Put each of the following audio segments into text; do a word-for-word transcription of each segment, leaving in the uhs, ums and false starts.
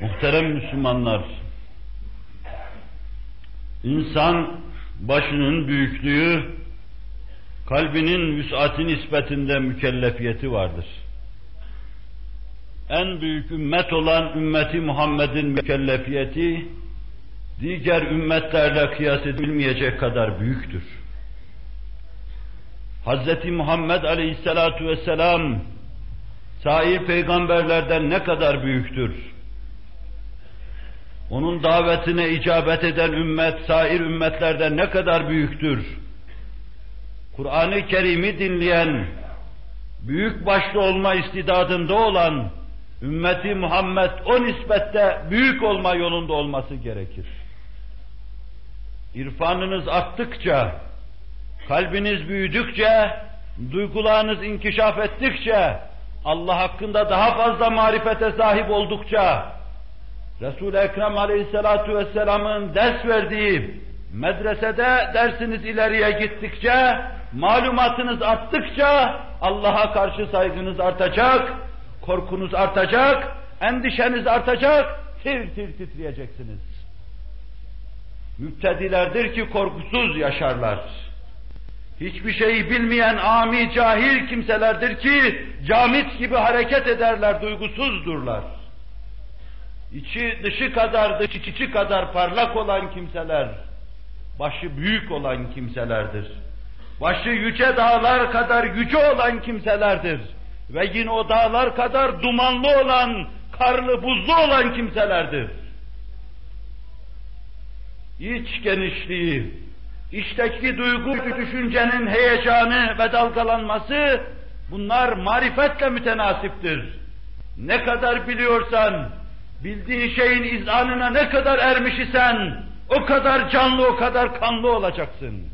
Muhterem Müslümanlar, insan başının büyüklüğü, kalbinin vüs'ati nispetinde mükellefiyeti vardır. En büyük ümmet olan ümmeti Muhammed'in mükellefiyeti, diğer ümmetlerle kıyas edilmeyecek kadar büyüktür. Hz. Muhammed Aleyhisselatu Vesselam, sair peygamberlerden ne kadar büyüktür? Onun davetine icabet eden ümmet, sair ümmetlerden ne kadar büyüktür? Kur'an-ı Kerim'i dinleyen, büyük başlı olma istidadında olan ümmeti Muhammed o nispette büyük olma yolunda olması gerekir. İrfanınız arttıkça, kalbiniz büyüdükçe, duygularınız inkişaf ettikçe, Allah hakkında daha fazla marifete sahip oldukça, Resul-i Ekrem Aleyhisselatu Vesselam'ın ders verdiği medresede dersiniz ileriye gittikçe, malumatınız arttıkça Allah'a karşı saygınız artacak, korkunuz artacak, endişeniz artacak, tir tir titreyeceksiniz. Müptedilerdir ki korkusuz yaşarlar. Hiçbir şeyi bilmeyen ami cahil kimselerdir ki camit gibi hareket ederler, duygusuzdurlar. İçi dışı kadar, dışı içi kadar parlak olan kimseler, başı büyük olan kimselerdir. Başı yüce dağlar kadar yüce olan kimselerdir. Ve yine o dağlar kadar dumanlı olan, karlı, buzlu olan kimselerdir. İç genişliği, içteki duygu, düşüncenin heyecanı ve dalgalanması, bunlar marifetle mütenasiptir. Ne kadar biliyorsan, bildiğin şeyin izanına ne kadar ermiş isen, o kadar canlı, o kadar kanlı olacaksın.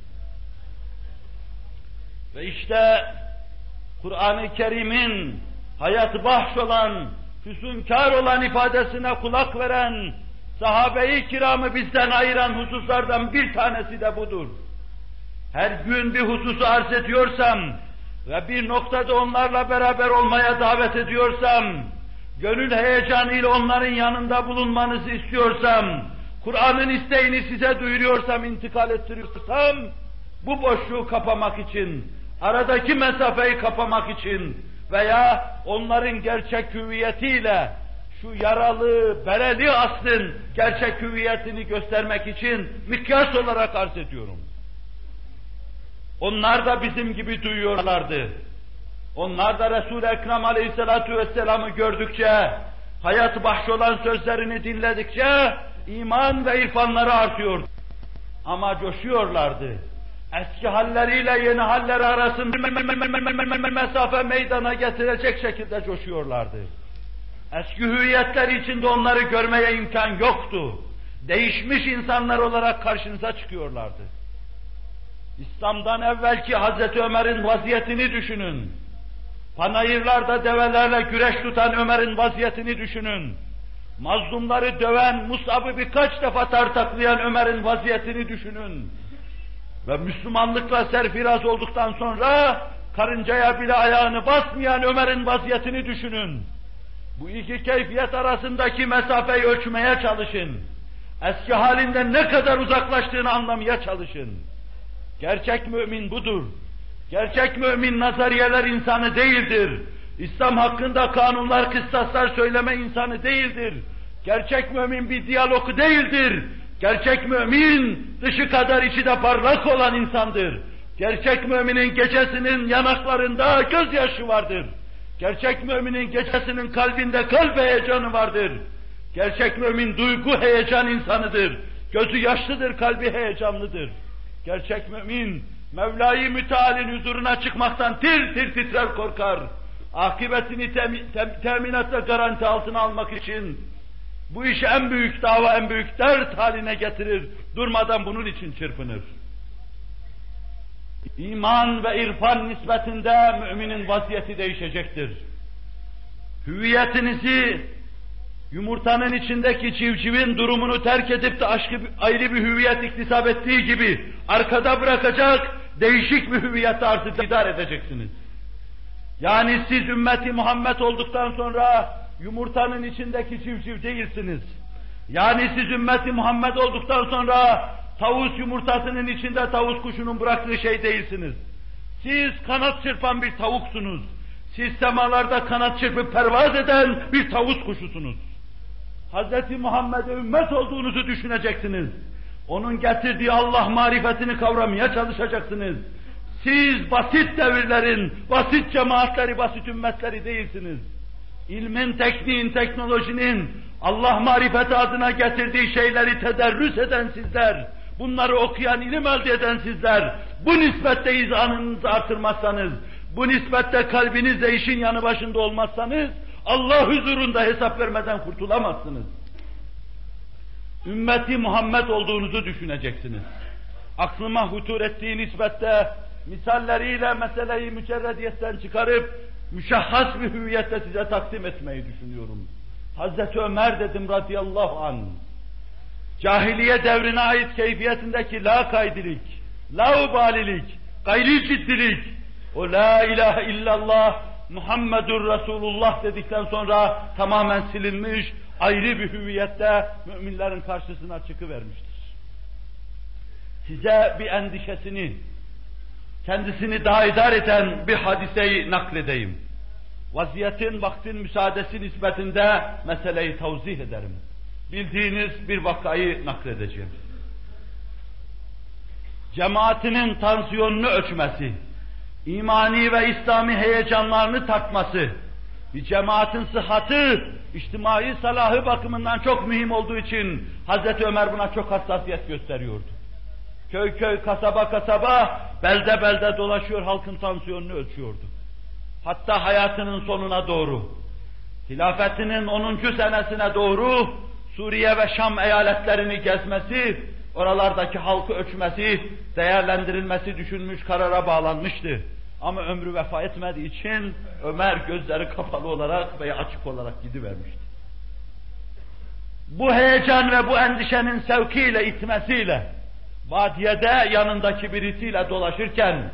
Ve işte Kur'an-ı Kerim'in hayat bahş olan, füsunkâr olan ifadesine kulak veren, sahabe-i kiramı bizden ayıran hususlardan bir tanesi de budur. Her gün bir hususu arz ediyorsam ve bir noktada onlarla beraber olmaya davet ediyorsam, gönül heyecanıyla onların yanında bulunmanızı istiyorsam, Kur'an'ın isteğini size duyuruyorsam, intikal ettiriyorsam, bu boşluğu kapamak için, aradaki mesafeyi kapamak için veya onların gerçek hüviyetiyle şu yaralı, bereli aslın gerçek hüviyetini göstermek için mikyas olarak arz ediyorum. Onlar da bizim gibi duyuyorlardı. Onlar da Resul-i Ekrem Aleyhisselatu Vesselam'ı gördükçe, hayat bahşolan sözlerini dinledikçe iman ve irfanları artıyordu. Ama coşuyorlardı. Eski halleriyle yeni halleri arasında mesafe meydana getirecek şekilde coşuyorlardı. Eski hüviyetler içinde onları görmeye imkan yoktu. Değişmiş insanlar olarak karşınıza çıkıyorlardı. İslam'dan evvelki Hazreti Ömer'in vaziyetini düşünün. Panayırlarda develerle güreş tutan Ömer'in vaziyetini düşünün. Mazlumları döven, Mus'ab'ı birkaç defa tartaklayan Ömer'in vaziyetini düşünün. Ve Müslümanlıkla serfiraz olduktan sonra karıncaya bile ayağını basmayan Ömer'in vaziyetini düşünün. Bu iki keyfiyet arasındaki mesafeyi ölçmeye çalışın. Eski halinden ne kadar uzaklaştığını anlamaya çalışın. Gerçek mümin budur. Gerçek mümin nazariyeler insanı değildir. İslam hakkında kanunlar, kıstaslar söyleme insanı değildir. Gerçek mümin bir diyalog değildir. Gerçek mümin dışı kadar içi de parlak olan insandır. Gerçek müminin gecesinin yanaklarında gözyaşı vardır. Gerçek müminin gecesinin kalbinde kalp heyecanı vardır. Gerçek mümin duygu heyecan insanıdır. Gözü yaşlıdır, kalbi heyecanlıdır. Gerçek mümin Mevla-i Müteal'in huzuruna çıkmaktan tir tir titrer korkar. Akıbetini tem, tem, teminatta garanti altına almak için bu işi en büyük dava, en büyük dert haline getirir. Durmadan bunun için çırpınır. İman ve irfan nispetinde müminin vaziyeti değişecektir. Hüviyetinizi, yumurtanın içindeki civcivin durumunu terk edip de aşkı, ayrı bir hüviyet iktisap ettiği gibi arkada bırakacak, değişik bir hüviyet tarzı idare edeceksiniz. Yani siz ümmeti Muhammed olduktan sonra yumurtanın içindeki civciv değilsiniz. Yani siz ümmeti Muhammed olduktan sonra tavus yumurtasının içinde tavus kuşunun bıraktığı şey değilsiniz. Siz kanat çırpan bir tavuksunuz. Siz semalarda kanat çırpıp pervaz eden bir tavus kuşusunuz. Hz. Muhammed'e ümmet olduğunuzu düşüneceksiniz. Onun getirdiği Allah marifetini kavramaya çalışacaksınız. Siz basit devirlerin, basit cemaatleri, basit ümmetleri değilsiniz. İlmin, tekniğin, teknolojinin Allah marifeti adına getirdiği şeyleri tederrüs eden sizler, bunları okuyan, ilim elde eden sizler, bu nispette izanınızı artırmazsanız, bu nispette kalbinizle işin yanı başında olmazsanız, Allah huzurunda hesap vermeden kurtulamazsınız. Ümmeti Muhammed olduğunuzu düşüneceksiniz. Aklıma hutur ettiği nispette misalleriyle meseleyi mücerrediyetten çıkarıp müşahhas bir hüviyette size takdim etmeyi düşünüyorum. Hazreti Ömer dedim radıyallahu anh, cahiliye devrine ait keyfiyetindeki la kaydilik, la ubalilik, gayri ciddilik, o la ilahe illallah Muhammedur Resulullah dedikten sonra tamamen silinmiş, ayrı bir hüviyette müminlerin karşısına çıkıvermiştir. Size bir endişesini, kendisini daha idare eden bir hadiseyi nakledeyim. Vaziyetin, vaktin müsaadesi nispetinde meseleyi tavzih ederim. Bildiğiniz bir vakayı nakledeceğim. Cemaatinin tansiyonunu ölçmesi, imani ve İslami heyecanlarını tartması, bir cemaatin sıhhati, içtimai salahı bakımından çok mühim olduğu için Hazreti Ömer buna çok hassasiyet gösteriyordu. Köy köy, kasaba kasaba, belde belde dolaşıyor, halkın tansiyonunu ölçüyordu. Hatta hayatının sonuna doğru, hilafetinin onuncu senesine doğru Suriye ve Şam eyaletlerini gezmesi, oralardaki halkı ölçmesi, değerlendirilmesi düşünmüş, karara bağlanmıştı. Ama ömrü vefa etmediği için Ömer gözleri kapalı olarak veya açık olarak gidivermişti. Bu heyecan ve bu endişenin sevkiyle, itmesiyle, vadiyede yanındaki birisiyle dolaşırken,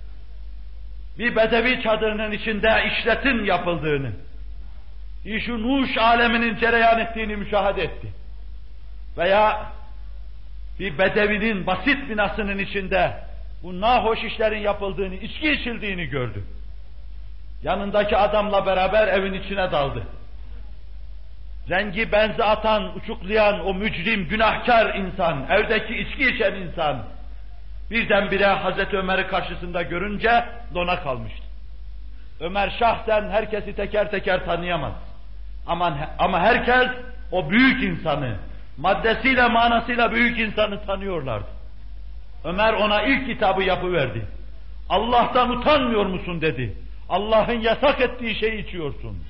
bir bedevi çadırının içinde işletin yapıldığını, iş-i nuş aleminin cereyan ettiğini müşahede etti. Veya bir bedevinin basit binasının içinde bu nahoş işlerin yapıldığını, içki içildiğini gördü. Yanındaki adamla beraber evin içine daldı. Rengi benzi atan, uçuklayan o mücrim, günahkar insan, evdeki içki içen insan, birdenbire Hazreti Ömer'i karşısında görünce dona kalmıştı. Ömer şahsen herkesi teker teker tanıyamaz. Ama, ama herkes o büyük insanı, maddesiyle manasıyla büyük insanı tanıyorlardı. Ömer ona ilk kitabı yapıverdi. Allah'tan utanmıyor musun dedi. Allah'ın yasak ettiği şeyi içiyorsun.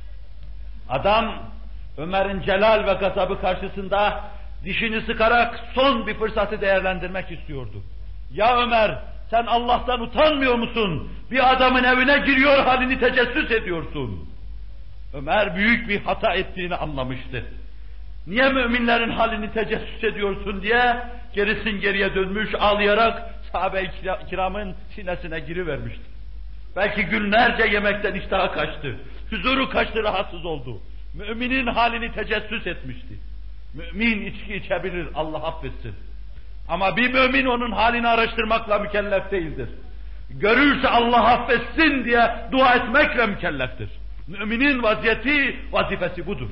Adam Ömer'in celal ve gazabı karşısında dişini sıkarak son bir fırsatı değerlendirmek istiyordu. Ya Ömer, sen Allah'tan utanmıyor musun? Bir adamın evine giriyor, halini tecessüs ediyorsun. Ömer büyük bir hata ettiğini anlamıştı. Niye müminlerin halini tecessüs ediyorsun diye gerisin geriye dönmüş, ağlayarak sahabe-i kiramın sinesine girivermişti. Belki günlerce yemekten iştahı kaçtı, huzuru kaçtı, rahatsız oldu. Müminin halini tecessüs etmişti. Mümin içki içebilir, Allah affetsin. Ama bir mümin onun halini araştırmakla mükellef değildir. Görürse Allah affetsin diye dua etmekle mükelleftir. Müminin vaziyeti, vazifesi budur.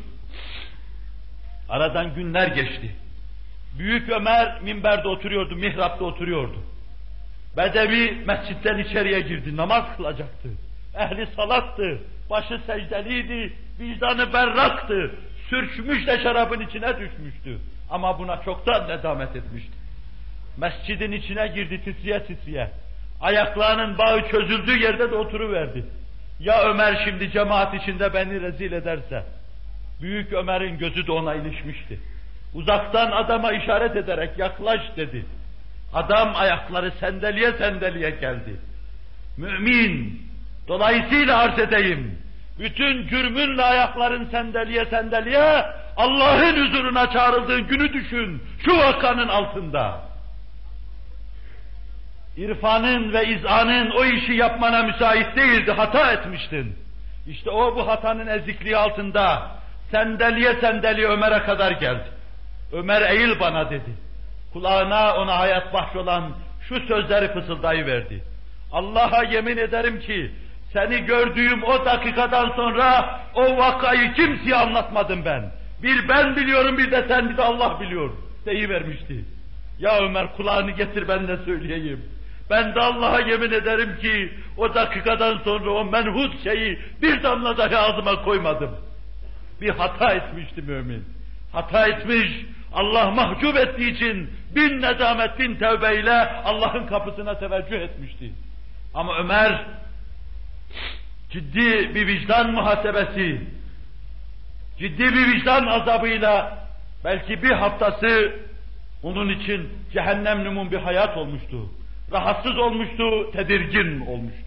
Aradan günler geçti. Büyük Ömer minberde oturuyordu, mihrapta oturuyordu. Bedevi mescitten içeriye girdi, namaz kılacaktı. Ehli salattı, başı secdeliydi, vicdanı berraktı. Sürçmüş de şarabın içine düşmüştü. Ama buna çoktan nedamet etmişti. Mescidin içine girdi titriye titriye. Ayaklarının bağı çözüldüğü yerde de oturuverdi. Ya Ömer şimdi cemaat içinde beni rezil ederse? Büyük Ömer'in gözü de ona ilişmişti. Uzaktan adama işaret ederek yaklaş dedi. Adam ayakları sendeliye sendeliye geldi. Mümin, dolayısıyla arz edeyim, bütün cürmünle ayakların sendeliye sendeliye, Allah'ın huzuruna çağrıldığın günü düşün, şu vakanın altında. İrfanın ve izanın o işi yapmana müsait değildi, hata etmiştin. İşte o bu hatanın ezikliği altında sendeliye sendeliye Ömer'e kadar geldi. Ömer eğil bana dedi. Kulağına ona hayat bahşolan şu sözleri fısıldayıverdi. Allah'a yemin ederim ki seni gördüğüm o dakikadan sonra o vakayı kimseye anlatmadım ben. Bir ben biliyorum, bir de sen, bir de Allah biliyor deyivermişti. Ya Ömer kulağını getir ben de söyleyeyim. Ben de Allah'a yemin ederim ki o dakikadan sonra o menhut şeyi bir damla dahi ağzıma koymadım. Bir hata etmişti mümin. Hata etmiş, Allah mahcup ettiği için bin nedamet, bin tevbeyle Allah'ın kapısına teveccüh etmişti. Ama Ömer ciddi bir vicdan muhasebesi, ciddi bir vicdan azabıyla belki bir haftası onun için cehennem numun bir hayat olmuştu. Rahatsız olmuştu, tedirgin olmuştu.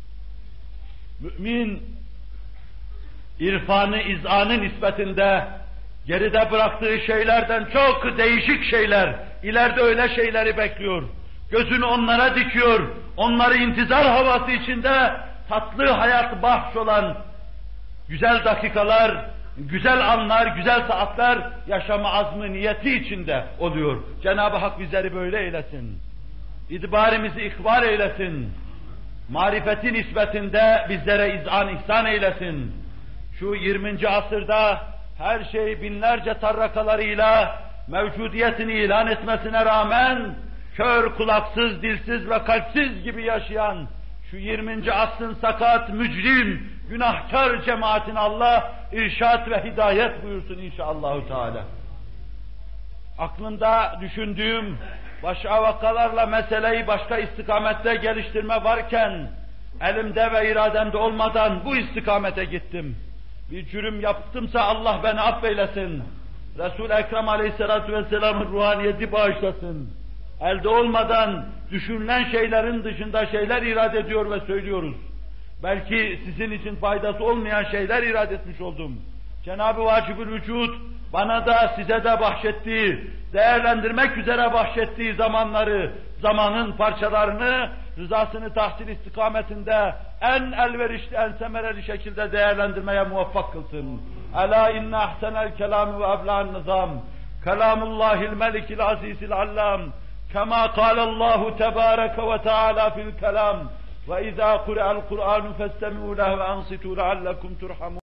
Mümin, irfanı, izanı nispetinde geride bıraktığı şeylerden çok değişik şeyler, ileride öyle şeyleri bekliyor. Gözünü onlara dikiyor, onları intizar havası içinde tatlı hayat bahşolan güzel dakikalar, güzel anlar, güzel saatler yaşama azmı niyeti içinde oluyor. Cenab-ı Hak bizleri böyle eylesin. İdbarimizi ikbar eylesin. Marifeti nispetinde bizlere izan ihsan eylesin. Şu yirminci asırda her şey binlerce tarrakalarıyla mevcudiyetini ilan etmesine rağmen kör, kulaksız, dilsiz ve kalpsiz gibi yaşayan şu yirminci asrın sakat, mücrim, günahkar cemaatine Allah irşad ve hidayet buyursun inşallahü teala. Aklımda düşündüğüm başka vakalarla meseleyi başka istikamette geliştirme varken elimde ve irademde olmadan bu istikamete gittim. Bir cürüm yaptımsa Allah beni affeylesin. Resul-i Ekrem Aleyhisselatü Vesselam'ın ruhaniyeti bağışlasın. Elde olmadan düşünülen şeylerin dışında şeyler irade ediyor ve söylüyoruz. Belki sizin için faydası olmayan şeyler irade etmiş oldum. Cenab-ı Vacibül Vücud bana da size de bahşettiği, değerlendirmek üzere bahşettiği zamanları, zamanın parçalarını, rızasını tahsil istikametinde en elverişli, en semereli şekilde değerlendirmeye muvaffak kılsın. Ela inne ahsenel kelam ve ebla'n nizam. Kelamullahil melikil azizil allam. Kema kâlallahu tebâreke ve teâlâ fil kelam. Ve izâ kure'el Kur'ânu festemi'û lehu ve ansitû leallekum turhamun.